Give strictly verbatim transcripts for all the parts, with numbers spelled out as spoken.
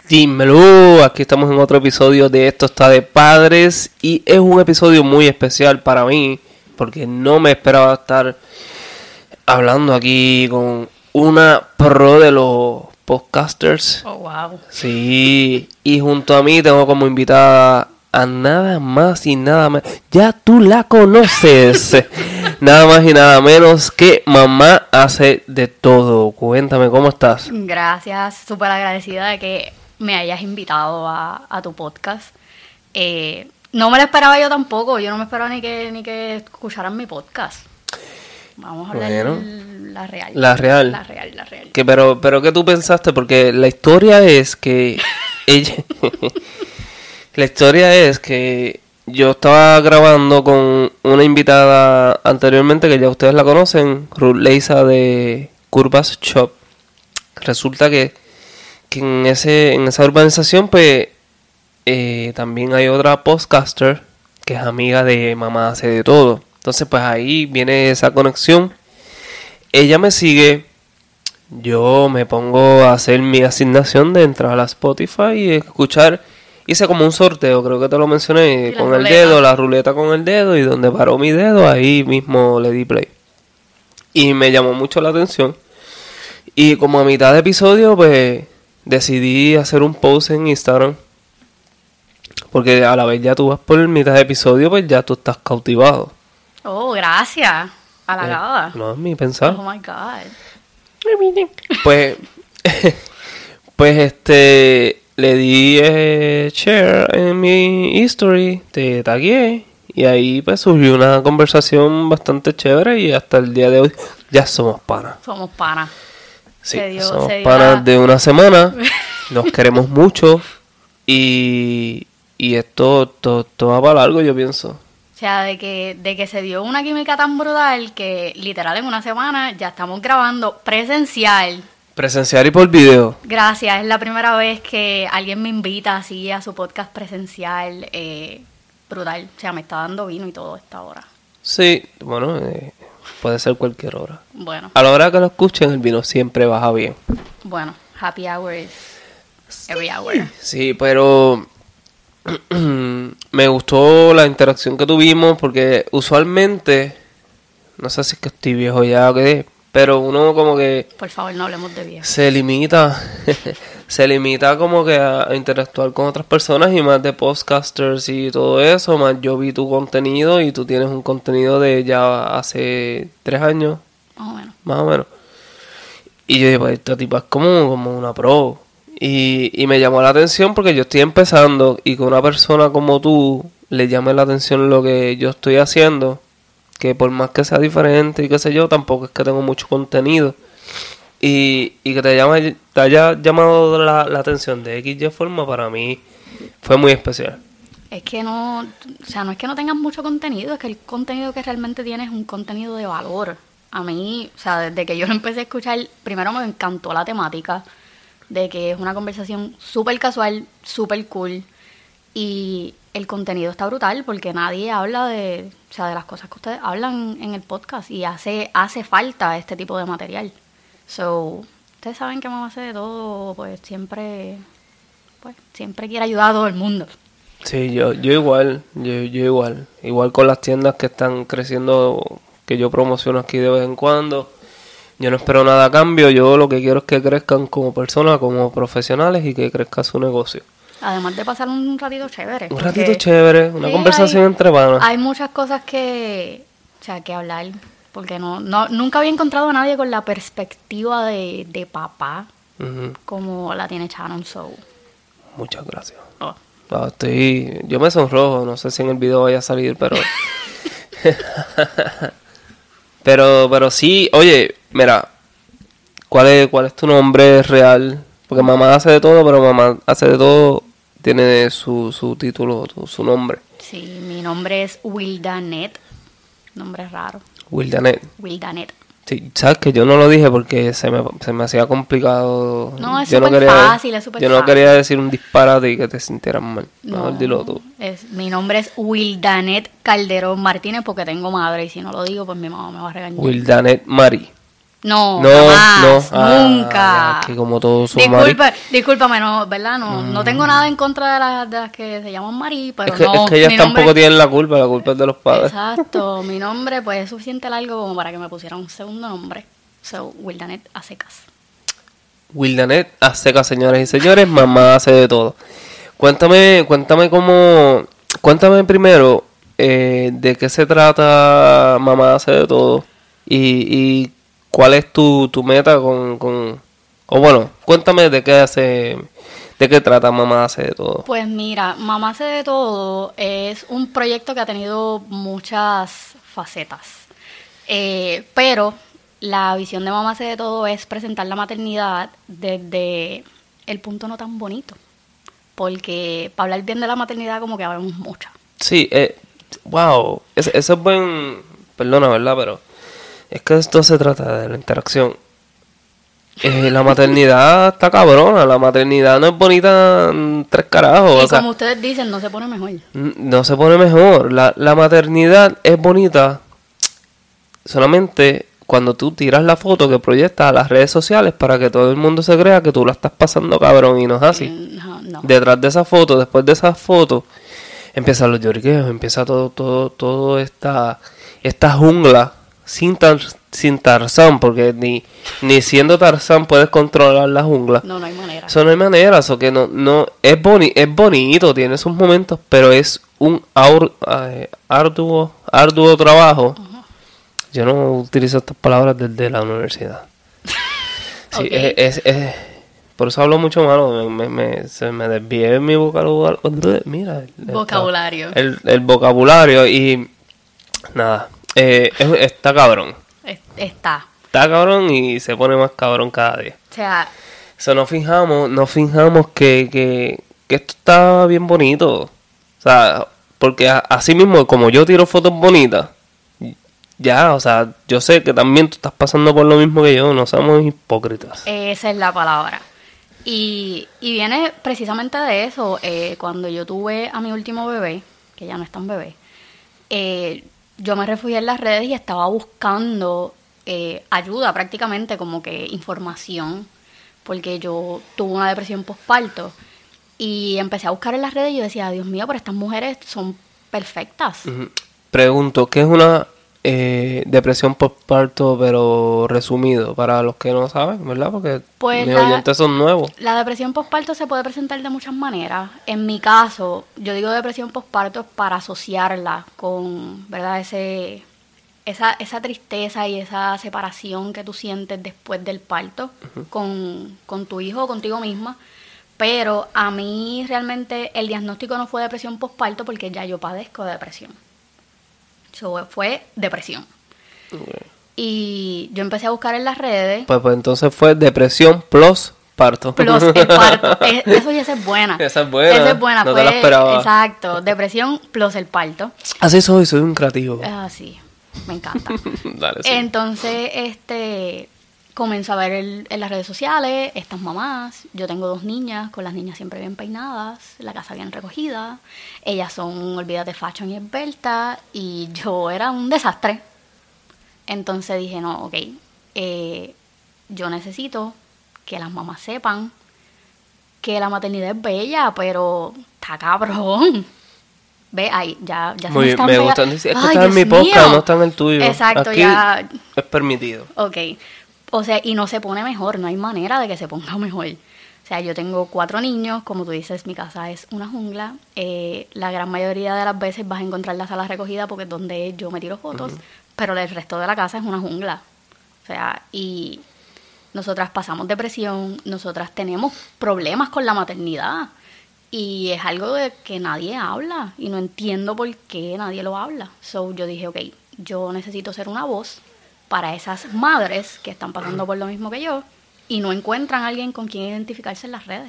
Dímelo, aquí estamos en otro episodio de Esto está de Padres y es un episodio muy especial para mí porque no me esperaba estar hablando aquí con una pro de los podcasters. Oh, wow. Sí, y junto a mí tengo como invitada a nada más y nada menos, ya tú la conoces, nada más y nada menos que Mamá Hace de Todo. Cuéntame, ¿cómo estás? Gracias, súper agradecida de que me hayas invitado a, a tu podcast. Eh, no me lo esperaba yo tampoco, yo no me esperaba ni que ni que escucharan mi podcast. Vamos a hablar Bueno, la real. La real. La real, la real. Que, pero, pero, ¿qué tú pensaste? Porque la historia es que ella... la historia es que yo estaba grabando con una invitada anteriormente, que ya ustedes la conocen, Ruth Leisa de Curvas Shop. Resulta que, que en ese en esa urbanización, pues, eh, también hay otra podcaster que es amiga de Mamá Hace de Todo. Entonces, pues ahí viene esa conexión. Ella me sigue, yo me pongo a hacer mi asignación de entrar a la Spotify y escuchar. Hice como un sorteo, creo que te lo mencioné, sí, con el ruleta. dedo, la ruleta con el dedo, y donde paró mi dedo, ahí mismo le di play. Y me llamó mucho la atención. Y como a mitad de episodio, pues decidí hacer un post en Instagram. Porque a la vez ya tú vas por mitad de episodio, pues ya tú estás cautivado. Oh, gracias. Halagada. Eh, no es mi pensar. Oh my God. Pues, pues este, le di eh, share en mi history, te tagué y ahí pues surgió una conversación bastante chévere y hasta el día de hoy ya somos panas. Somos panas. Sí, Se dio- somos se dio panas la- de una semana, nos queremos mucho y, y esto, esto, esto va para largo, yo pienso. O sea, de que, de que se dio una química tan brutal que literal en una semana ya estamos grabando presencial. Presencial y por video. Gracias, es la primera vez que alguien me invita así a su podcast presencial. Eh, brutal, o sea, me está dando vino y todo a esta hora. Sí, bueno, eh, puede ser cualquier hora. Bueno, A la hora que lo escuchen, el vino siempre baja bien. bueno, happy hour is every hour. Sí, pero me gustó la interacción que tuvimos porque usualmente, no sé si es que estoy viejo ya o qué, pero uno como que Por favor, no hablemos de viejo. se limita, se limita como que a, a interactuar con otras personas y más de podcasters y todo eso, más yo vi tu contenido y tú tienes un contenido de ya hace tres años, Más o menos. más o menos. Y yo dije, pues esta tipa es como, como una pro. Y, y me llamó la atención porque yo estoy empezando y que una persona como tú le llame la atención lo que yo estoy haciendo, que por más que sea diferente y qué sé yo, tampoco es que tengo mucho contenido. Y, y que te, llame, te haya llamado la, la atención de X Y forma, para mí fue muy especial. Es que no, o sea, no es que no tengas mucho contenido, es que el contenido que realmente tienes es un contenido de valor. A mí, o sea, desde que yo lo empecé a escuchar, primero me encantó la temática, de que es una conversación súper casual, súper cool, y el contenido está brutal porque nadie habla de, o sea, de las cosas que ustedes hablan en el podcast y hace, hace falta este tipo de material. So, ustedes saben que Mamá Hace de Todo, pues siempre, pues siempre quiere ayudar a todo el mundo. Sí, yo, yo igual, yo, yo igual. Igual con las tiendas que están creciendo, que yo promociono aquí de vez en cuando. Yo no espero nada a cambio, yo lo que quiero es que crezcan como personas, como profesionales y que crezca su negocio. Además de pasar un ratito chévere. Un porque ratito chévere, una sí, conversación hay- entre panas. Hay muchas cosas que, o sea, que hablar, porque no, no, nunca había encontrado a nadie con la perspectiva de, de papá Ujú. como la tiene Shannon. So, Muchas gracias. oh. Ah, estoy, yo me sonrojo, no sé si en el video vaya a salir, pero... pero pero sí, oye, mira, ¿cuál es, cuál es tu nombre real? Porque Mamá Hace de Todo, pero Mamá Hace de Todo tiene su, su título, su, su nombre. Sí, mi nombre es Wildanet, nombre raro, Wildanet. Wildanet. Sí, sabes que yo no lo dije porque se me, se me hacía complicado. No, es Yo súper quería- fácil, es súper Yo no fácil. quería decir un disparate y que te sintieras mal. Mejor No, dilo tú. es, mi nombre es Wildanet Calderón Martínez porque tengo madre y si no lo digo pues mi mamá me va a regañar. Wildanet Mari. No, No, jamás, no. Ah, nunca. ya, que como todos son Disculpe, Mari. discúlpame, no, ¿verdad? No, no tengo nada en contra de las, de las que se llaman Mari, pero Es que, no. es que ellas mi tampoco nombre- tienen la culpa, la culpa es de los padres. Exacto, mi nombre pues es suficiente largo como para que me pusieran un segundo nombre. So, Wildanet a secas. Wildanet a secas, señoras y señores, mamá hace de todo. Cuéntame, cuéntame cómo, cuéntame primero eh, de qué se trata mamá hace de todo y, y cuál es tu, tu meta con, con, o bueno, cuéntame de qué hace, de qué trata mamá hace de todo. Pues mira, Mamá hace de todo es un proyecto que ha tenido muchas facetas. Eh, pero la visión de Mamá hace de todo es presentar la maternidad desde el punto no tan bonito. Porque para hablar bien de la maternidad como que habemos mucha. Sí, eh, wow, ese, ese es buen, perdona, ¿verdad? Pero es que esto se trata de la interacción. Eh, la maternidad está cabrona, la maternidad no es bonita en tres carajos. Y O sea, como ustedes dicen, no se pone mejor. n- no se pone mejor. La, la maternidad es bonita solamente cuando tú tiras la foto que proyectas a las redes sociales para que todo el mundo se crea que tú la estás pasando cabrón y no es así. Mm, No, no. Detrás de esa foto, después de esa foto, empiezan los lloriqueos, empieza todo, todo, todo esta, esta jungla sin tar, sin Tarzán, porque ni, ni siendo Tarzán puedes controlar la jungla. No, no hay manera. Eso no hay manera, eso que no, no, es boni, es bonito, tiene sus momentos, pero es un aur- eh, arduo, arduo trabajo. Yo no utilizo estas palabras desde la universidad. Sí, Ok. es, es, es- por eso hablo mucho malo, me, me, me- se me desvié mi vocabulario. Mira, el- Vocabulario. El, el vocabulario y nada, eh, es- está cabrón. Es- Está. Está cabrón y se pone más cabrón cada día. O sea, O sea, no fijamos, no fijamos que, que, que esto está bien bonito. O sea, porque a- así mismo, como yo tiro fotos bonitas, ya, o sea, yo sé que también tú estás pasando por lo mismo que yo, no somos hipócritas. esa es la palabra. Y, y viene precisamente de eso. Eh, cuando yo tuve a mi último bebé, que ya no es tan bebé, eh, yo me refugié en las redes y estaba buscando eh, ayuda prácticamente, como que información, porque yo tuve una depresión postparto. Y empecé a buscar en las redes y yo decía, Dios mío, pero estas mujeres son perfectas. Ujú. Pregunto, ¿qué es una eh, depresión postparto, pero resumido, para los que no saben, ¿verdad? Porque Pues mis la- oyentes son nuevos. La depresión postparto se puede presentar de muchas maneras. En mi caso, yo digo depresión postparto para asociarla con, ¿verdad? Ese, esa, esa tristeza y esa separación que tú sientes después del parto con, con tu hijo o contigo misma. Pero a mí realmente el diagnóstico no fue depresión postparto porque ya yo padezco de depresión. So, fue depresión. Y yo empecé a buscar en las redes. Pues, pues entonces fue depresión plus parto. Plus el parto. Es- eso ya es buena. Esa es buena. Esa es buena. No fue, te la esperaba. Exacto. Depresión plus el parto. Así soy, soy un creativo. Ah, sí. Me encanta. Dale, sí. Entonces, este, comenzó a ver el- en las redes sociales estas mamás. Yo tengo dos niñas, con las niñas siempre bien peinadas, la casa bien recogida. Ellas son, olvídate, fashion y esbelta. Y yo era un desastre. Entonces dije, no, ok, eh, yo necesito que las mamás sepan que la maternidad es bella, pero está cabrón. Ve, ahí, ya, ya se Muy bien, están me pega- gusta. Es que Ay, está en Dios mi podcast, mío. no está en el tuyo. Exacto, Aquí ya. es permitido. Ok. O sea, y no se pone mejor, no hay manera de que se ponga mejor. O sea, yo tengo cuatro niños, como tú dices, mi casa es una jungla. Eh, la gran mayoría de las veces vas a encontrar la sala recogida porque es donde yo me tiro fotos, pero el resto de la casa es una jungla. O sea, y nosotras pasamos depresión, nosotras tenemos problemas con la maternidad. Y es algo de que nadie habla y no entiendo por qué nadie lo habla. So yo dije, ok, yo necesito ser una voz para esas madres que están pasando por lo mismo que yo y no encuentran a alguien con quien identificarse en las redes.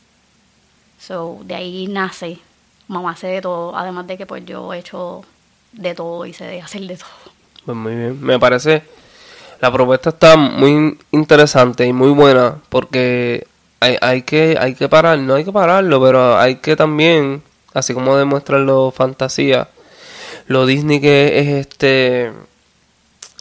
So de ahí nace, mamá hace de todo, además de que pues yo he hecho de todo y sé de hacer de todo. Pues muy bien. Me parece. La propuesta está muy interesante y muy buena porque hay, hay que hay que parar, no hay que pararlo, pero hay que también, así como demuestra lo fantasía, lo Disney que es este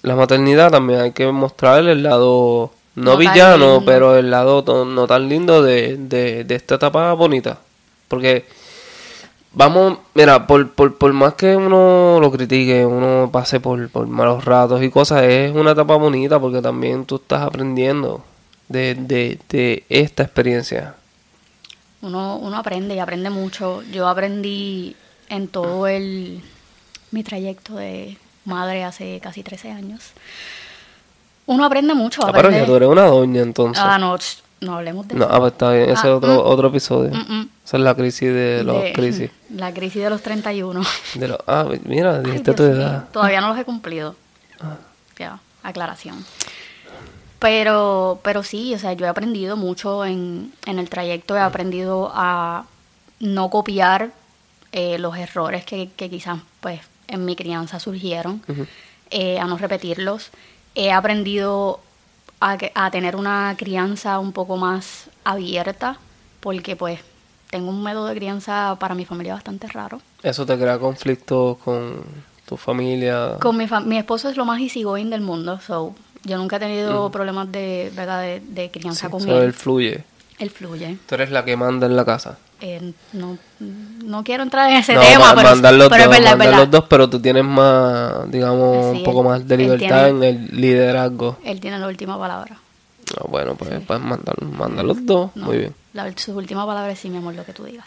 la maternidad también hay que mostrarle el lado, no, No tan villano, lindo. pero el lado to- no tan lindo de, de, de esta etapa bonita. Porque vamos, mira, por, por, por más que uno lo critique, uno pase por, por malos ratos y cosas, es una etapa bonita porque también tú estás aprendiendo de, de, de esta experiencia. Uno, uno aprende y aprende mucho. Yo aprendí en todo el mi trayecto de madre hace casi trece años. Uno aprende mucho. Ah, pero Aprende... ya tú eres una doña entonces. Ah, no, ch, no hablemos de No, ah, pues está bien, ese Ah, es otro, mm. otro episodio. Mm, mm. Esa es la crisis de los de- crisis. La crisis de los treinta y uno. De los, ah, mira, Ay, dijiste Dios tu mío, edad. Todavía no los he cumplido. Ah. Ya, aclaración. Pero, pero sí, o sea, yo he aprendido mucho en, en el trayecto. He aprendido a no copiar eh, los errores que, que quizás pues en mi crianza surgieron, Ujú. eh, a no repetirlos. He aprendido a, que- a tener una crianza un poco más abierta, porque pues tengo un método de crianza para mi familia bastante raro. Eso te crea conflictos con tu familia. Con mi, fa- mi esposo es lo más easygoing del mundo, so yo nunca he tenido problemas de, ¿verdad? de, de crianza Sí, con eso él. él fluye. Él fluye. Tú eres la que manda en la casa. Eh, no, no quiero entrar en ese No, tema, ma- pero, mandar los pero dos, es verdad, es mandar verdad. los dos, pero tú tienes más, digamos, Sí, un poco él- más de él libertad tiene- en el liderazgo. Él tiene la última palabra. Ah, bueno, pues puedes mandar, mandar los dos. No, Muy bien. La, su última palabra es sí, mi amor, lo que tú digas.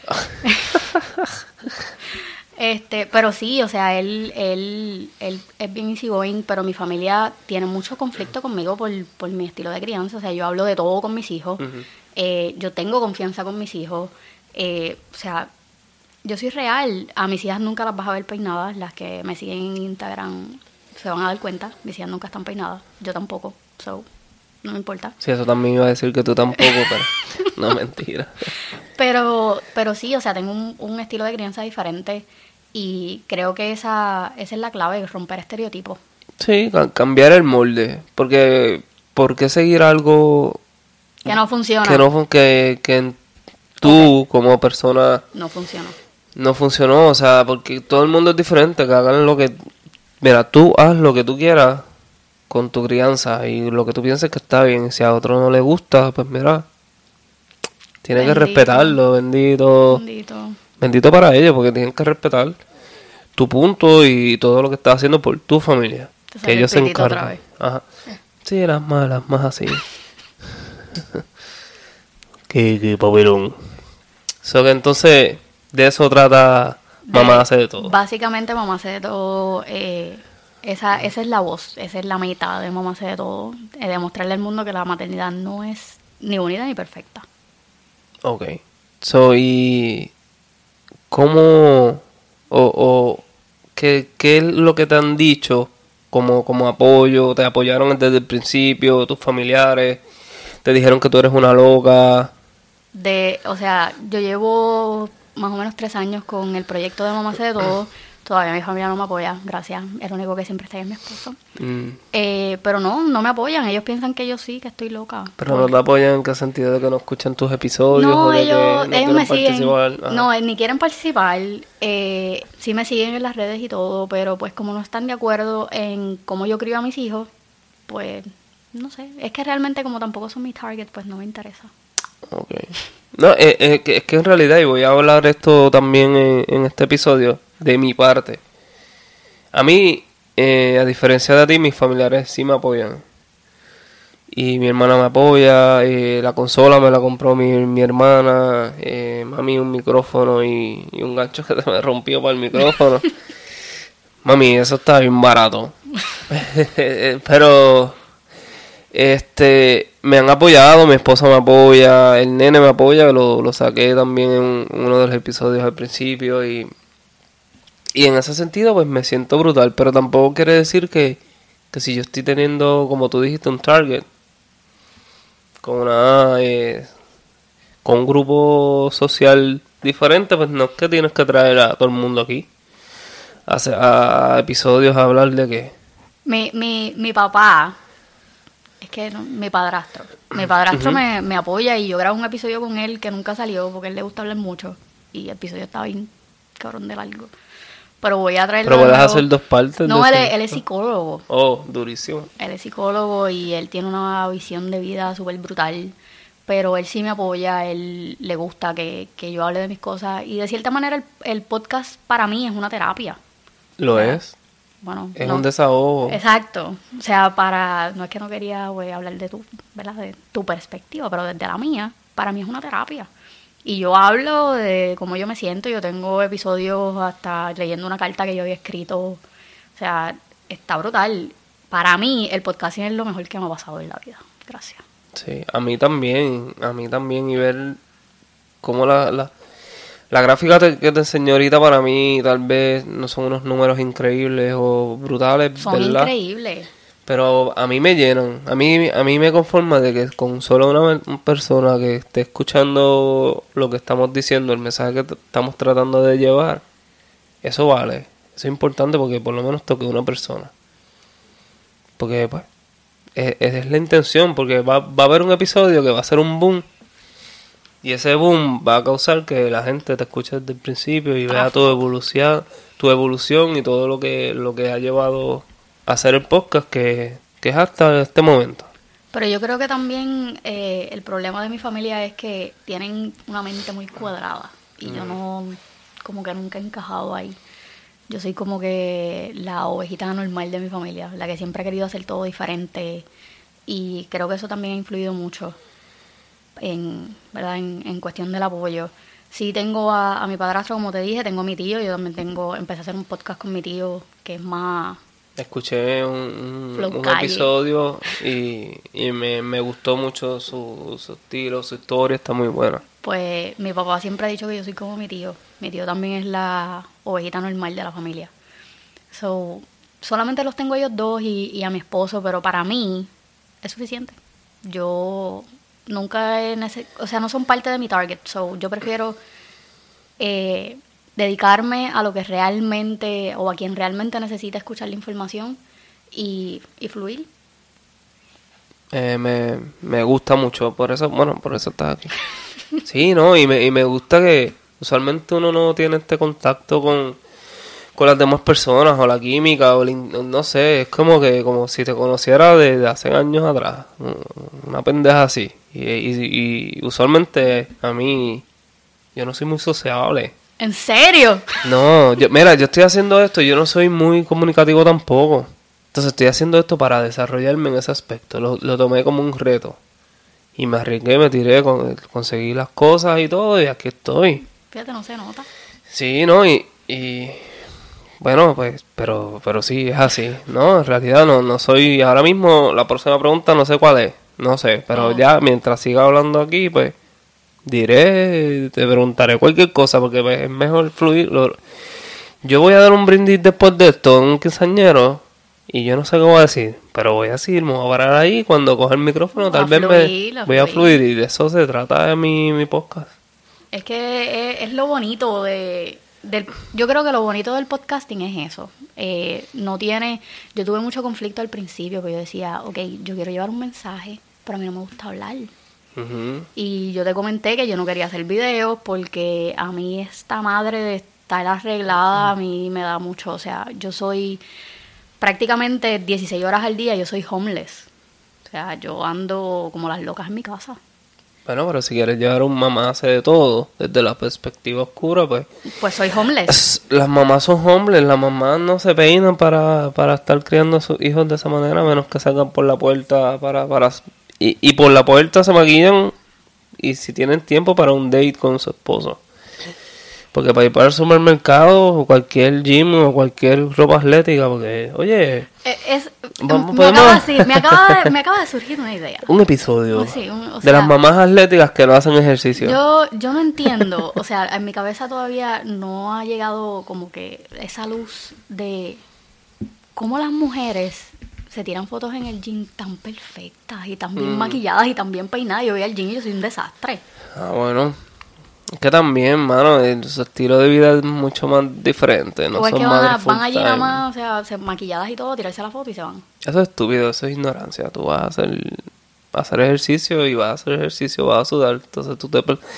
Este, pero sí, o sea, él, él, él es bien easygoing, pero mi familia tiene mucho conflicto conmigo por, por mi estilo de crianza. O sea, yo hablo de todo con mis hijos, Ujú. eh, yo tengo confianza con mis hijos, eh, o sea, yo soy real. A mis hijas nunca las vas a ver peinadas, las que me siguen en Instagram se van a dar cuenta, mis hijas nunca están peinadas, yo tampoco, so, no me importa. Sí, eso también iba a decir que tú tampoco, pero no, mentira. Pero, pero sí, o sea, tengo un, un estilo de crianza diferente y creo que esa, esa es la clave, romper estereotipos. Sí, ca- cambiar el molde, porque ¿por qué seguir algo Que no funciona. que no fun- que, que en- tú como persona No funciona. no funcionó? O sea, porque todo el mundo es diferente, que hagan lo que... Mira, tú haz lo que tú quieras con tu crianza y lo que tú pienses que está bien. Si a otro no le gusta, pues mira, tienes que Bendito. respetarlo, bendito. Bendito. Bendito para ellos, porque tienen que respetar tu punto y todo lo que estás haciendo por tu familia. Te Que sale ellos el se pitito otra encargan. vez. Ajá. Sí, las malas, más así. qué, qué papelón. So que entonces, de eso trata Mamá De- hace de todo. Básicamente Mamá hace de todo. eh, esa, esa es la voz, esa es la mitad de Mamá hace de todo. Es demostrarle al mundo que la maternidad no es ni bonita ni perfecta. Ok. So, y... ¿Cómo... o, o qué, qué es lo que te han dicho como, como apoyo? ¿Te apoyaron desde el principio? ¿Tus familiares? ¿Te dijeron que tú eres una loca? De, o sea, yo llevo más o menos tres años con el proyecto de Mamá hace de todo. Todavía mi familia no me apoya, gracias. El único que siempre está ahí es mi esposo. Mm, Eh, pero no, no me apoyan. Ellos piensan que yo sí, que estoy loca. ¿Pero no te apoyan en qué sentido? ¿De que no escuchan tus episodios? No, ¿O de ellos, que no ellos me quieren siguen. participar? Ajá. No, ni quieren participar. Eh, sí me siguen en las redes y todo, pero pues como no están de acuerdo en cómo yo crío a mis hijos, pues no sé. Es que realmente como tampoco son mi target, pues no me interesa. Ok. No, eh, eh, que- es que en realidad, y voy a hablar esto también en, en este episodio, de mi parte. A mí, eh, a diferencia de ti, mis familiares sí me apoyan. Y mi hermana me apoya, eh, la consola me la compró mi, mi hermana, eh, mami un micrófono y, y un gancho que se me rompió para el micrófono. Mami, eso está bien barato. Pero... Este, me han apoyado, mi esposa me apoya, el nene me apoya, lo, lo saqué también en uno de los episodios al principio y, y en ese sentido pues me siento brutal, pero tampoco quiere decir que, que si yo estoy teniendo, como tú dijiste, un target, con una, eh, con un grupo social diferente, pues no es que tienes que traer a todo el mundo aquí a, hacer- a episodios a hablar de que... Mi, mi, mi papá, es que no, mi padrastro, mi padrastro Ujú. me, me apoya y yo grabo un episodio con él que nunca salió porque a él le gusta hablar mucho y el episodio estaba bien cabrón de largo. Pero voy a traerlo Pero de puedes nuevo. hacer dos partes. No, de él ese- es, él es psicólogo. Oh, durísimo. Él es psicólogo y él tiene una visión de vida súper brutal. Pero él sí me apoya, él le gusta que, que yo hable de mis cosas. Y de cierta manera el, el podcast para mí es una terapia. Lo Ya. es. Bueno, Es no- un desahogo. Exacto. O sea, para... No es que no quería güey, hablar de tu, ¿verdad? De tu perspectiva, pero desde la mía, para mí es una terapia. Y yo hablo de cómo yo me siento. Yo tengo episodios hasta leyendo una carta que yo había escrito. O sea, está brutal. Para mí, el podcasting es lo mejor que me ha pasado en la vida. Gracias. Sí, a mí también, a mí también, y ver cómo la, la, la gráfica te- que te enseñó ahorita para mí tal vez no son unos números increíbles o brutales, Son ¿verdad? increíbles. Pero a mí me llenan, a mí, a mí me conforma de que con solo una una persona que esté escuchando lo que estamos diciendo, el mensaje que t- estamos tratando de llevar, eso vale, eso es importante porque por lo menos toque una persona. Porque pues es, es la intención, porque va, va a haber un episodio que va a ser un boom y ese boom va a causar que la gente te escuche desde el principio y vea tu evolución, tu evolución y todo lo que lo que ha llevado a hacer el podcast que, que es hasta este momento. Pero yo creo que también eh, el problema de mi familia es que tienen una mente muy cuadrada. Y yo no, como que nunca he encajado ahí. Yo soy como que la ovejita normal de mi familia, la que siempre ha querido hacer todo diferente. Y creo que eso también ha influido mucho en, ¿verdad? En, en cuestión del apoyo. Sí tengo a, a mi padrastro, como te dije, tengo a mi tío. Yo también tengo, empecé a hacer un podcast con mi tío que es más... Escuché un, un, Flow un calle. episodio y, y me, me gustó mucho su, su estilo, su historia, está muy buena. Pues mi papá siempre ha dicho que yo soy como mi tío. Mi tío también es la ovejita normal de la familia. So, solamente los tengo ellos dos y, y a mi esposo, pero para mí es suficiente. Yo nunca he nece- o sea, no son parte de mi target. So, yo prefiero eh, dedicarme a lo que realmente, o a quien realmente necesita escuchar la información y, y fluir. Eh, me, me gusta mucho, por eso, bueno, por eso estás aquí. Sí, no, y me, y me gusta que usualmente uno no tiene este contacto con, con las demás personas, o la química, o el in- no sé, es como que, como si te conociera desde hace años atrás, una pendeja así. Y, y, y usualmente a mí, yo no soy muy sociable. ¿En serio? No, yo, mira, yo estoy haciendo esto y yo no soy muy comunicativo tampoco. Entonces estoy haciendo esto para desarrollarme en ese aspecto. Lo, lo tomé como un reto. Y me arriesgué, me tiré, con, conseguí las cosas y todo y aquí estoy. Fíjate, no se nota. Sí, ¿no? Y, y bueno, pues, pero pero sí, es así. No, en realidad no, no soy... Ahora mismo la próxima pregunta no sé cuál es. No sé, pero Oh. ya mientras siga hablando aquí, pues diré, te preguntaré cualquier cosa porque pues, es mejor fluir. Lo- Yo voy a dar un brindis después de esto, un quinceañero, y yo no sé qué voy a decir, pero voy a decir, me voy a parar ahí cuando coja el micrófono, tal A vez fluir, me a voy a fluir. fluir y de eso se trata de mi, mi podcast. Es que es, es lo bonito de... Del, yo creo que lo bonito del podcasting es eso. Eh, no tiene... Yo tuve mucho conflicto al principio, porque yo decía, ok, yo quiero llevar un mensaje, pero a mí no me gusta hablar. Ujú. Y yo te comenté que yo no quería hacer videos porque a mí esta madre de estar arreglada a mí me da mucho. O sea, yo soy prácticamente dieciséis horas al día, yo soy homeless. O sea, yo ando como las locas en mi casa. Bueno, pero si quieres llevar a un mamá hace de todo, desde la perspectiva oscura, pues... Pues soy homeless. es- Las mamás son hombres, las mamás no se peinan para, para estar criando a sus hijos de esa manera, a menos que salgan por la puerta para... para y, y por la puerta se maquillan y si tienen tiempo para un date con su esposo. Porque para ir para el supermercado o cualquier gym o cualquier ropa atlética, porque, oye, Eh, Es, Vamos, me, podemos- acaba, sí, me, acaba de, me acaba de surgir una idea. un episodio Pues sí, un- o de sea, las mamás atléticas que no hacen ejercicio. Yo, yo no entiendo, o sea, en mi cabeza todavía no ha llegado como que esa luz de cómo las mujeres se tiran fotos en el gym tan perfectas y tan bien Mm. maquilladas y tan bien peinadas. Yo voy al gym y yo soy un desastre. Ah, bueno. Es que también, mano, el- su estilo de vida es mucho más diferente. No o es son que van, a- madres van allí full nada time. más, o sea, se- maquilladas y todo, tirarse la foto y se van. Eso es estúpido, eso es ignorancia. Tú vas a hacer, a hacer ejercicio y vas a hacer ejercicio, vas a sudar. Entonces tú te, pre-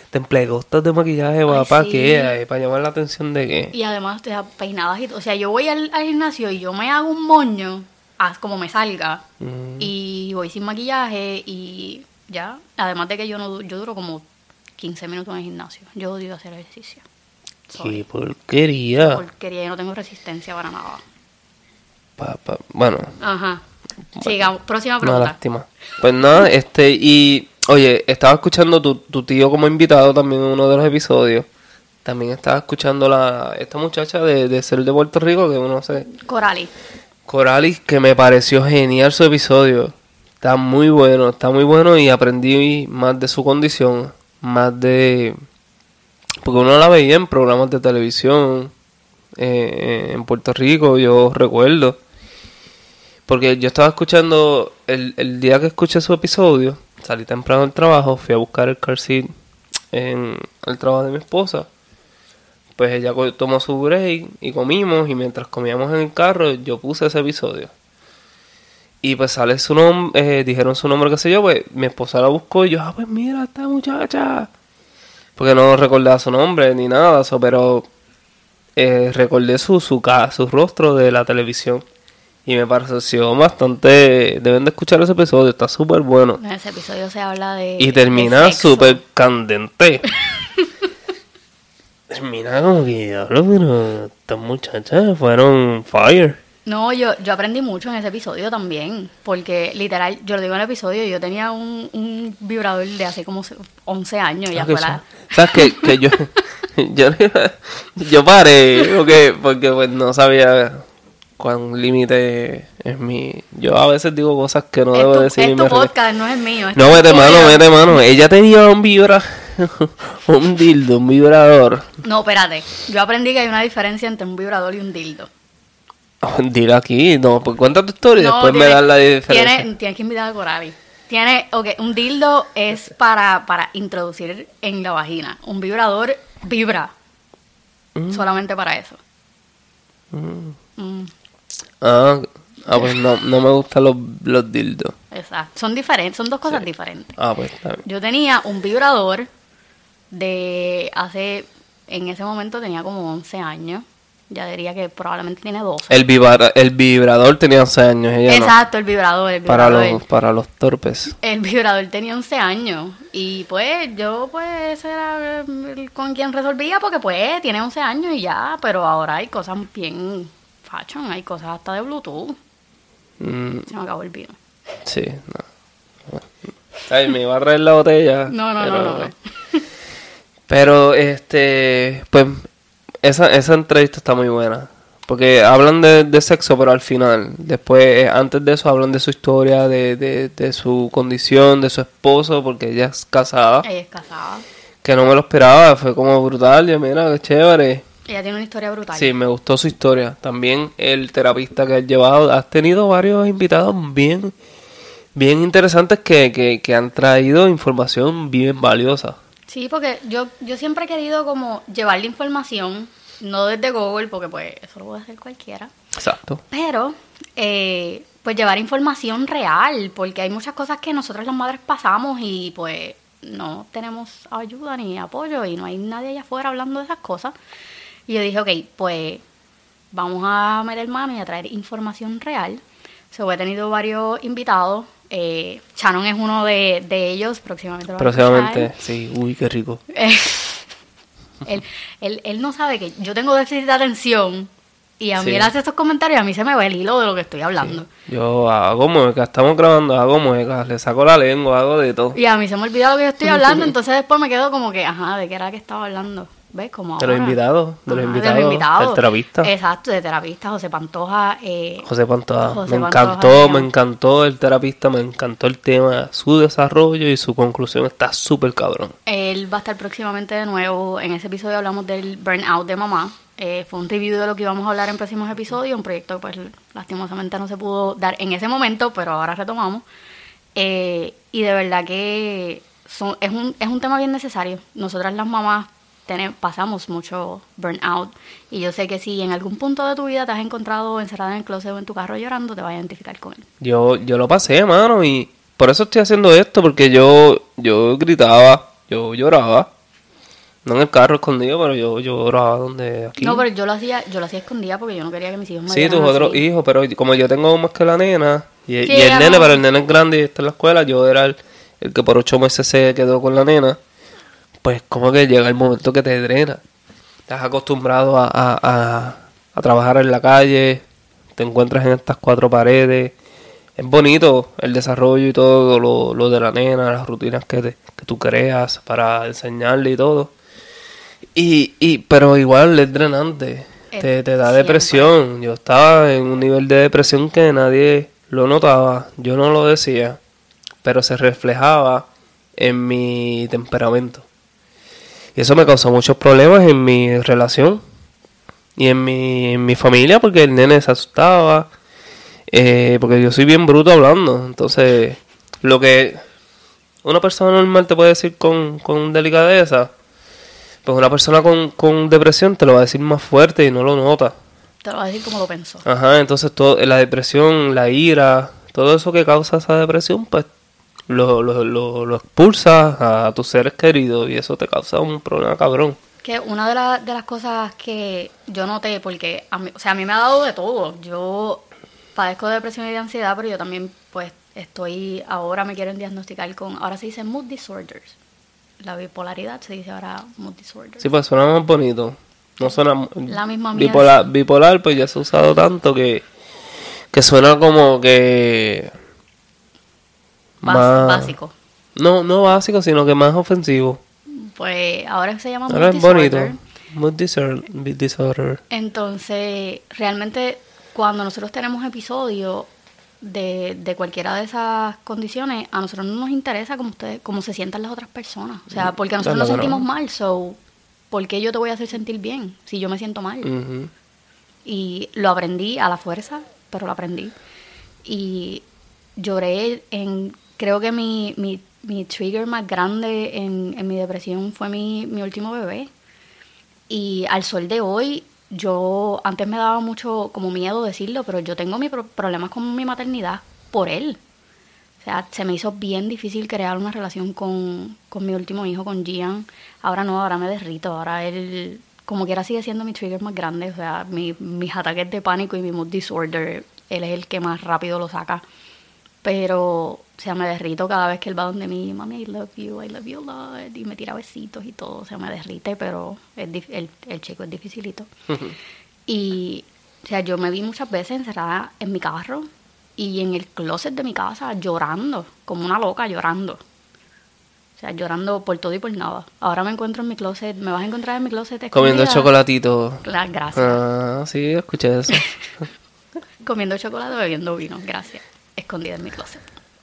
Templecostas de maquillaje, Ay, ¿para sí. qué? ¿Para llamar la atención de qué? Y además, o sea, peinadas y todo. O sea, yo voy al, al gimnasio y yo me hago un moño, haz como me salga, Mm. y voy sin maquillaje y ya. Además de que yo no du- yo duro como quince minutos en el gimnasio. Yo odio hacer ejercicio. Qué porquería. Porquería, yo no tengo resistencia para nada. Pa- pa- bueno, Ajá. Sigamos. Próxima una pregunta. lástima. Pues nada, este, y oye, estaba escuchando tu, tu tío como invitado también en uno de los episodios. También estaba escuchando la esta muchacha de, de Ser de Puerto Rico, que uno sé, Corali. Coralis, que me pareció genial su episodio. Está muy bueno, está muy bueno y aprendí más de su condición, más de... Porque uno la veía en programas de televisión eh, en Puerto Rico, yo recuerdo. Porque yo estaba escuchando, el, el día que escuché su episodio, salí temprano del trabajo, fui a buscar el car seat en el trabajo de mi esposa. Pues ella co- tomó su break y comimos, y mientras comíamos en el carro yo puse ese episodio. Y pues sale su nombre, eh, dijeron su nombre, qué sé yo, pues mi esposa la buscó y yo, ah, pues mira esta muchacha. Porque no recordaba su nombre ni nada, so, pero eh, recordé su, su, ca- su rostro de la televisión. Y me pareció bastante... Deben de escuchar ese episodio, está súper bueno. En ese episodio se habla de. Y de termina sexo. súper candente. Termina como que, diablo, pero estas muchachas fueron fire. No, yo, yo aprendí mucho en ese episodio también, porque literal, yo lo digo en el episodio, yo tenía un, un vibrador de hace como once años, ya Ah, que fue la... son- ¿Sabes qué? Que yo, yo, yo paré, porque, porque pues no sabía cuán límite es mi... Yo a veces digo cosas que no es debo tu, decir y es tu me re- podcast, no es el mío. es No, tu mete mano, tuyo. mete mano. Ella tenía un vibra... un dildo, un vibrador. No, espérate, yo aprendí que hay una diferencia entre un vibrador y un dildo. Dile aquí, no, pues cuenta tu historia y No, después me tiene- das la diferencia. Tiene, tienes que invitar a Corabi. Tiene, ok, un dildo es para, para introducir en la vagina. Un vibrador vibra. Mm. Solamente para eso. Mm, Ah, ah, pues no, no me gustan los, los dildos. exacto. Son diferentes, son dos cosas Sí. diferentes. Ah, pues está bien. Yo tenía un vibrador de hace, en ese momento tenía como once años. Ya diría que probablemente tiene doce. El, vibra- el vibrador tenía once años, ella no. Exacto, el vibrador, el Para vibrador. los, para los torpes. El vibrador tenía once años y pues yo pues ese era el con quien resolvía porque pues tiene once años y ya, pero ahora hay cosas bien fashion, hay cosas hasta de Bluetooth. Mm, Se me acabó el vino. sí, no. Ay, me iba a traer la botella. No, no, pero, no, no, no. Pero, este, pues, esa, esa entrevista está muy buena. Porque hablan de, de sexo, pero al final. Después, eh, antes de eso, hablan de su historia, de, de, de su condición, de su esposo, porque ella es casada. Ella es casada. Que no me lo esperaba, fue como brutal. Yo, mira, qué chévere. Ella tiene una historia brutal. Sí, me gustó su historia. También el terapista que has llevado. Has tenido varios invitados bien, bien interesantes que, que, que han traído información bien valiosa. Sí, porque yo, yo siempre he querido como llevar la información, no desde Google, porque pues eso lo puede hacer cualquiera. Exacto. Pero, eh, pues llevar información real, porque hay muchas cosas que nosotros las madres pasamos y pues no tenemos ayuda ni apoyo y no hay nadie allá afuera hablando de esas cosas. Y yo dije, ok, pues vamos a meter mano y a traer información real. So, he tenido varios invitados. Eh, Shannon es uno de, de ellos, próximamente lo van a Próximamente, escuchar. sí. Uy, qué rico. Eh, él, él, él no sabe que yo tengo déficit de atención y a mí Sí. él hace estos comentarios y a mí se me va el hilo de lo que estoy hablando. Yo hago muecas, estamos grabando, hago muecas, le saco la lengua, hago de todo. Y a mí se me olvida lo que yo estoy hablando, entonces después me quedo como que, ajá, ¿de qué era que estaba hablando? ¿Ves? Como De los ahora. invitados, de los Ajá, invitados, invitados. el terapista. Exacto, de terapista, José Pantoja. Eh, José Pantoja. José me Pantoja, encantó, mío. me encantó el terapista, me encantó el tema, su desarrollo y su conclusión está súper cabrón. Él va a estar próximamente de nuevo. En ese episodio hablamos del burnout de mamá. Eh, fue un review de lo que íbamos a hablar en próximos episodios. Un proyecto que pues lastimosamente no se pudo dar en ese momento, pero ahora retomamos. Eh, y de verdad que son, es, un, es un tema bien necesario. Nosotras las mamás tenem- pasamos mucho burnout. Y yo sé que si en algún punto de tu vida te has encontrado encerrada en el closet o en tu carro llorando, te vas a identificar con él. Yo, yo lo pasé, mano, y por eso estoy haciendo esto, porque yo, yo gritaba, yo lloraba, No en el carro escondido, pero yo, yo oraba donde aquí. No, pero yo lo hacía, yo lo hacía escondida porque yo no quería que mis hijos me Sí, vieran tus otros así. hijos, pero como yo tengo más que la nena, y, Sí, y el ella nene, no. pero el nene es grande y está en la escuela, yo era el, el que por ocho meses se quedó con la nena, pues como que llega el momento que te drena. Estás acostumbrado a, a, a, a trabajar en la calle, te encuentras en estas cuatro paredes. Es bonito el desarrollo y todo lo, lo de la nena, las rutinas que, te, que tú creas para enseñarle y todo. Y, y pero igual es drenante, Es te, te da siempre. depresión. Yo estaba en un nivel de depresión que nadie lo notaba, yo no lo decía, pero se reflejaba en mi temperamento. Y eso me causó muchos problemas en mi relación y en mi, en mi familia, porque el nene se asustaba, eh, porque yo soy bien bruto hablando. Entonces, lo que una persona normal te puede decir con, con delicadeza, pues una persona con, con depresión te lo va a decir más fuerte y no lo nota. Te lo voy a decir como lo pensó. Ajá, entonces todo, la depresión, la ira, todo eso que causa esa depresión, pues lo, lo, lo, lo expulsas a tus seres queridos y eso te causa un problema cabrón. Que una de, la- de las cosas que yo noté, porque a mí, o sea, a mí me ha dado de todo. Yo padezco de depresión y de ansiedad, pero yo también, pues, estoy, ahora me quieren diagnosticar con, ahora se dice mood disorders. La bipolaridad se dice ahora mood disorders. Sí, pues suena más bonito. No suena La misma bipolar, mierda. bipolar, pues ya se ha usado tanto que, que suena como que Bas- más Básico. no, no básico, sino que más ofensivo. Pues ahora se llama mood Ahora es bonito. disorder. Mood disorder, disorder. Entonces, realmente, cuando nosotros tenemos episodios de, de cualquiera de esas condiciones, a nosotros no nos interesa cómo, ustedes, cómo se sientan las otras personas. O sea, porque nosotros Claro nos que sentimos no. mal, so, ¿por qué yo te voy a hacer sentir bien si yo me siento mal? Ujú. Y lo aprendí a la fuerza, pero lo aprendí. Y lloré en, creo que mi, mi, mi trigger más grande en, en mi depresión fue mi, mi último bebé. Y al sol de hoy, yo antes me daba mucho como miedo decirlo, pero yo tengo mis pro- problemas con mi maternidad por él. O sea, se me hizo bien difícil crear una relación con, con mi último hijo, con Gian. Ahora no, ahora me derrito. Ahora él, como quiera, sigue siendo mi trigger más grande. O sea, mi, mis ataques de pánico y mi mood disorder, él es el que más rápido lo saca. Pero, o sea, me derrito cada vez que él va donde mí, mami, I love you, I love you a lot, y me tira besitos y todo. O sea, me derrite, pero es dif- el, el chico es dificilito. Y, o sea, yo me vi muchas veces encerrada en mi carro y en el closet de mi casa llorando, como una loca llorando. O sea, llorando por todo y por nada. Ahora me encuentro en mi closet, me vas a encontrar en mi closet Comiendo escondida. chocolatito. Claro, gracias. Ah, sí, escuché eso. Comiendo chocolate, bebiendo vino, gracias. Escondida en mi closet.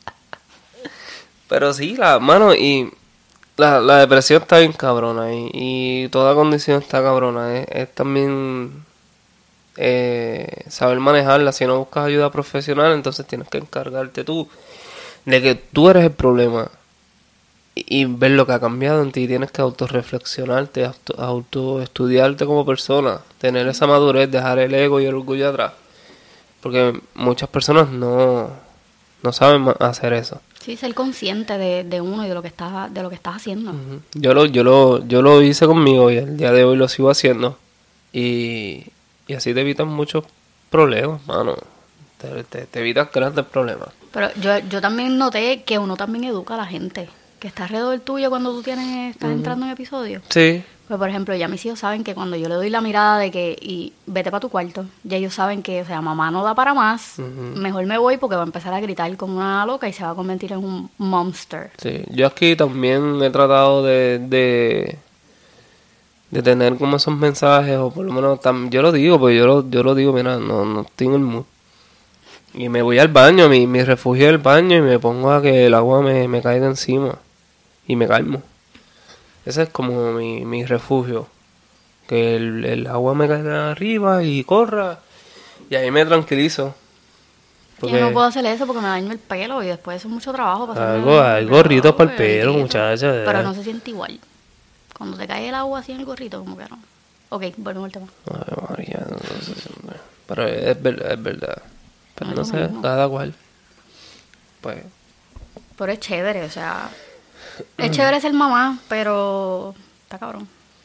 Pero sí, la mano, y la, la depresión está bien cabrona y, y toda condición está cabrona. Es, es también eh, saber manejarla. Si no buscas ayuda profesional, entonces tienes que encargarte tú de que tú eres el problema y, y ver lo que ha cambiado en ti. Tienes que autorreflexionarte, auto, autoestudiarte como persona, tener esa madurez, dejar el ego y el orgullo atrás. Porque muchas personas no, no saben ma- hacer eso. Sí, ser consciente de, de uno y de lo que estás, de lo que estás haciendo. Ujú. Yo lo, yo lo, yo lo hice conmigo y el día de hoy lo sigo haciendo. Y, y así te evitas muchos problemas, mano. Te, te, te evitas grandes problemas. Pero yo, yo también noté que uno también educa a la gente que está alrededor tuyo cuando tú tienes, estás entrando en episodio. Sí. Pues, por ejemplo, ya mis hijos saben que cuando yo le doy la mirada de que, y vete para tu cuarto, ya ellos saben que, o sea, mamá no da para más, Ujú. mejor me voy porque va a empezar a gritar como una loca y se va a convertir en un monster. Sí, yo aquí también he tratado de, de, de tener como esos mensajes, o por lo menos tam- yo lo digo, porque yo lo, yo lo digo, mira, no, no estoy en el mood. Y me voy al baño, mi, mi refugio es el baño, y me pongo a que el agua me, me caiga encima y me calmo. Ese es como mi, mi refugio, que el, el agua me caiga arriba y corra, y ahí me tranquilizo. Yo no puedo hacer eso porque me daño el pelo y después eso es mucho trabajo. pasarme Algo- el hay pelo, gorritos para el bendito. pelo, muchacha, de Pero verdad. no se siente igual. Cuando te cae el agua así en el gorrito, como que no. Ok, volvemos al tema. Ay, María, no sé, pero es verdad, es verdad. Pero No no es lo sé, mismo. cada cual. Pues, Pero es chévere, o sea. Es chévere ser mamá, pero está cabrón.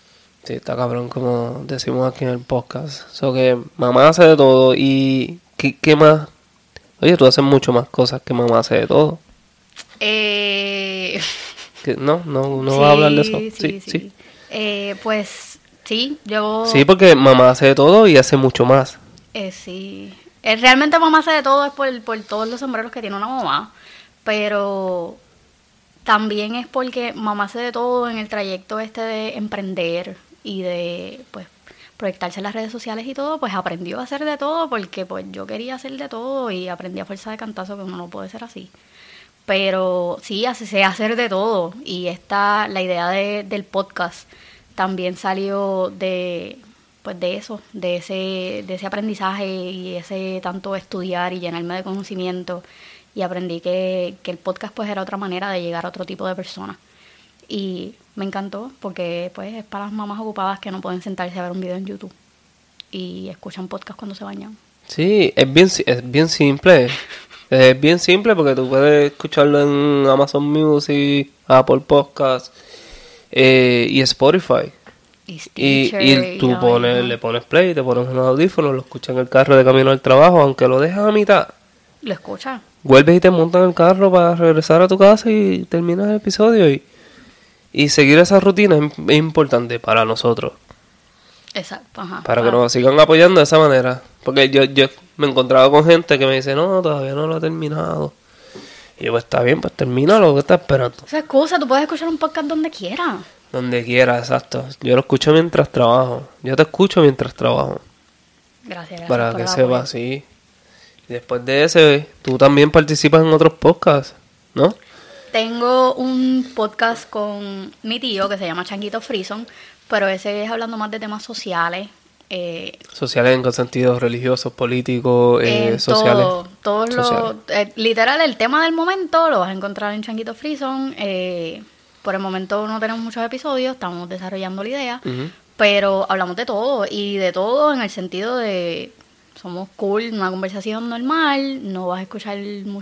Sí, está cabrón, como decimos aquí en el podcast. So que mamá hace de todo y... ¿Qué, qué más? Oye, tú haces mucho más cosas que mamá hace de todo. Eh... ¿Qué? No, no, no sí, vas a hablar de eso. Sí, Sí, sí. sí. Eh, pues sí, yo... Sí, porque mamá hace de todo y hace mucho más. Eh, sí. Eh, realmente mamá hace de todo es por, por todos los sombreros que tiene una mamá, pero también es porque mamá hace de todo en el trayecto este de emprender y de pues proyectarse en las redes sociales y todo, pues aprendió a hacer de todo porque pues yo quería hacer de todo y aprendí a fuerza de cantazo que uno no puede ser así. Pero sí, hace, sé hacer de todo y esta, la idea de, del podcast también salió de pues de eso, de ese, de ese aprendizaje y ese tanto estudiar y llenarme de conocimiento, y aprendí que, que el podcast pues era otra manera de llegar a otro tipo de personas. Y me encantó porque pues es para las mamás ocupadas que no pueden sentarse a ver un video en YouTube y escuchan podcast cuando se bañan. Sí, es bien, es bien simple. Es bien simple porque tú puedes escucharlo en Amazon Music, Apple Podcasts eh, y Spotify. Y, Y, Stitcher, y tú y, pones, ay, le pones play, te pones unos audífonos, lo escuchas en el carro de camino al trabajo, aunque lo dejas a mitad. lo escucha. Vuelves y te montas en el carro para regresar a tu casa y terminas el episodio. Y, y seguir esa rutina es, es importante para nosotros. Exacto, ajá. Para que nos sigan apoyando de esa manera. Porque yo, yo me he encontrado con gente que me dice, no, todavía no lo he terminado. Y yo, pues está bien, pues termínalo, ¿qué estás esperando? Esa excusa, tú puedes escuchar un podcast donde quieras. Donde quiera, exacto. Yo lo escucho mientras trabajo. Yo te escucho mientras trabajo. Gracias, gracias Para por que el sepas, apoyo. sí. Y después de ese, tú también participas en otros podcasts, ¿no? Tengo un podcast con mi tío que se llama Changuito Frison, pero ese es hablando más de temas sociales. Eh, Sociales en qué sentido, religiosos, políticos, eh, en sociales. todo- todos los, sociales. eh, literal, el tema del momento lo vas a encontrar en Changuito Frison. Eh, por el momento no tenemos muchos episodios, estamos desarrollando la idea, Ujú. pero hablamos de todo, y de todo en el sentido de somos cool, una conversación normal, no vas a escuchar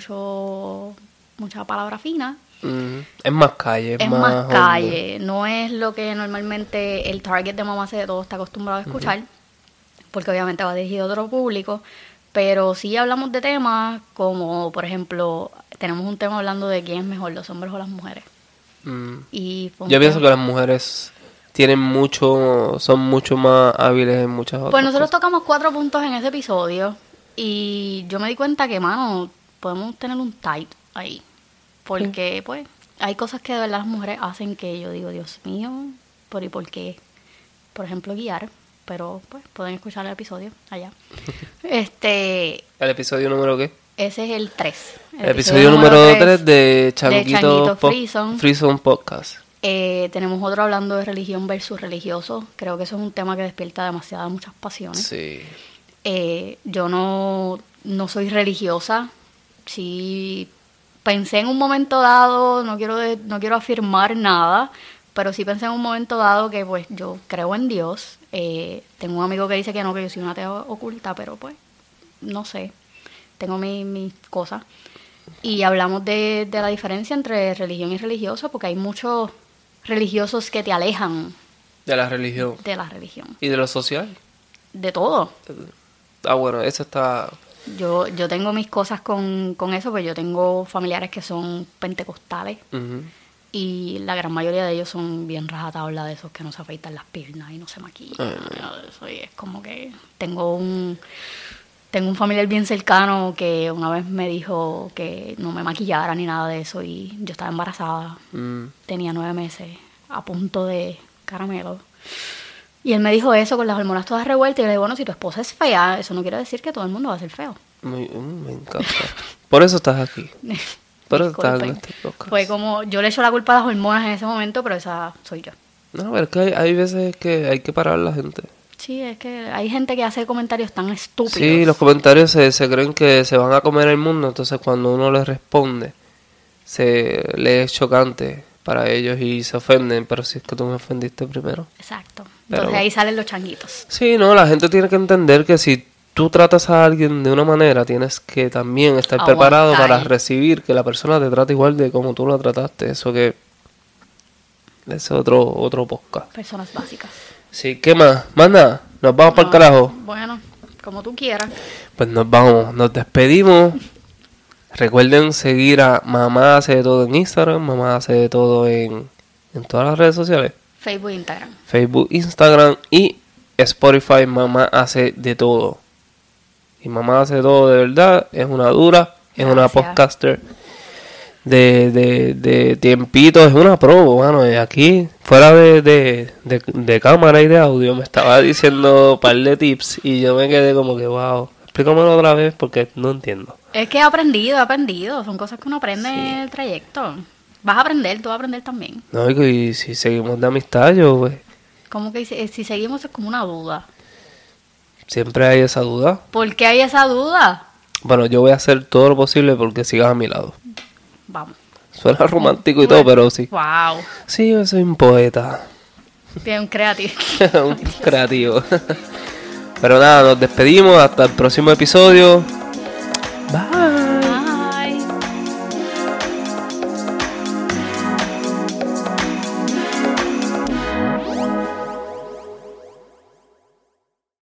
mucho mucha palabra fina. Ujú. Es más calle, es, Es más, más hondo. calle, no es lo que normalmente el target de Mamá Hace de Todo está acostumbrado a escuchar, porque obviamente va dirigido a otro público, pero sí hablamos de temas como, por ejemplo, tenemos un tema hablando de quién es mejor, los hombres o las mujeres. Mm. Y fue un Yo pienso tema- que las mujeres tienen mucho, son mucho más hábiles en muchas otras Pues nosotros cosas. tocamos cuatro puntos en ese episodio y yo me di cuenta que, mano, podemos tener un tight ahí. Porque, pues, hay cosas que de verdad las mujeres hacen que yo digo, Dios mío, ¿por y por qué? Por ejemplo, guiar, pero, pues, pueden escuchar el episodio allá. este, ¿El episodio número qué? ese es el tres. El, episodio, número tres de Changuito, Changuito Po- Frison. Frison Podcast. Eh, tenemos otro hablando de religión versus religioso. Creo que eso es un tema que despierta demasiadas, muchas pasiones. Sí. Eh, yo no, no soy religiosa. Sí pensé en un momento dado, no quiero de- no quiero afirmar nada, pero sí pensé en un momento dado que pues yo creo en Dios. Eh, tengo un amigo que dice que no, que yo soy una atea oculta, pero pues no sé, tengo mis mi cosas. Y hablamos de, de la diferencia entre religión y religioso, porque hay muchos religiosos que te alejan De la religión. de la religión, ¿Y de lo social? de todo. Ah, bueno, eso está... Yo, yo tengo mis cosas con, con eso, pues yo tengo familiares que son pentecostales Ujú. y la gran mayoría de ellos son bien rajatabla, de esos que no se afeitan las piernas y no se maquillan. Ay, no. Nada de eso. Y es como que tengo un tengo un familiar bien cercano que una vez me dijo que no me maquillara ni nada de eso, y yo estaba embarazada, Mm. tenía nueve meses, a punto de caramelo. Y él me dijo eso con las hormonas todas revueltas. Y yo le dije, bueno, si tu esposa es fea, eso no quiere decir que todo el mundo va a ser feo. Muy- mm, me encanta. Por eso estás aquí. Por eso estás en Disculpen. este podcast. Fue como, yo le echo la culpa a las hormonas en ese momento, pero esa soy yo. No, pero es que hay, hay veces que hay que parar a la gente. Sí, es que hay gente que hace comentarios tan estúpidos. Sí, los comentarios se, se creen que se van a comer el mundo, entonces cuando uno les responde, se le es chocante para ellos y se ofenden, pero si es que tú me ofendiste primero. Exacto. Pero- Entonces ahí salen los changuitos. Sí, no, la gente tiene que entender que si tú tratas a alguien de una manera, tienes que también estar Aguantar. preparado para recibir que la persona te trate igual de como tú la trataste. Eso que es otro otro podcast. Personas básicas. Sí, ¿qué más? Más nada. Nos vamos para el carajo. Bueno, como tú quieras. Pues nos vamos, nos despedimos. Recuerden seguir a Mamá Hace de Todo en Instagram, Mamá Hace de Todo en, en todas las redes sociales. Facebook e Instagram. Facebook, Instagram y Spotify, Mamá Hace de Todo. Y Mamá Hace de Todo de verdad, es una dura, es Gracias. una podcaster de, de, de tiempito, es una pro, bueno, y aquí, fuera de, de, de, de cámara y de audio, me estaba diciendo un par de tips y yo me quedé como que, wow, explícamelo otra vez porque no entiendo. Es que he aprendido, he aprendido. Son cosas que uno aprende Sí. en el trayecto. Vas a aprender, tú vas a aprender también. No, y, y si seguimos de amistad, yo, pues, Como que si, si seguimos es como una duda. siempre hay esa duda. ¿Por qué hay esa duda? Bueno, yo voy a hacer todo lo posible porque sigas a mi lado. Vamos. Suena romántico y todo, pero sí. Wow. Sí, yo soy un poeta. Bien creativo. un creativo. Pero nada, nos despedimos. Hasta el próximo episodio. Bye.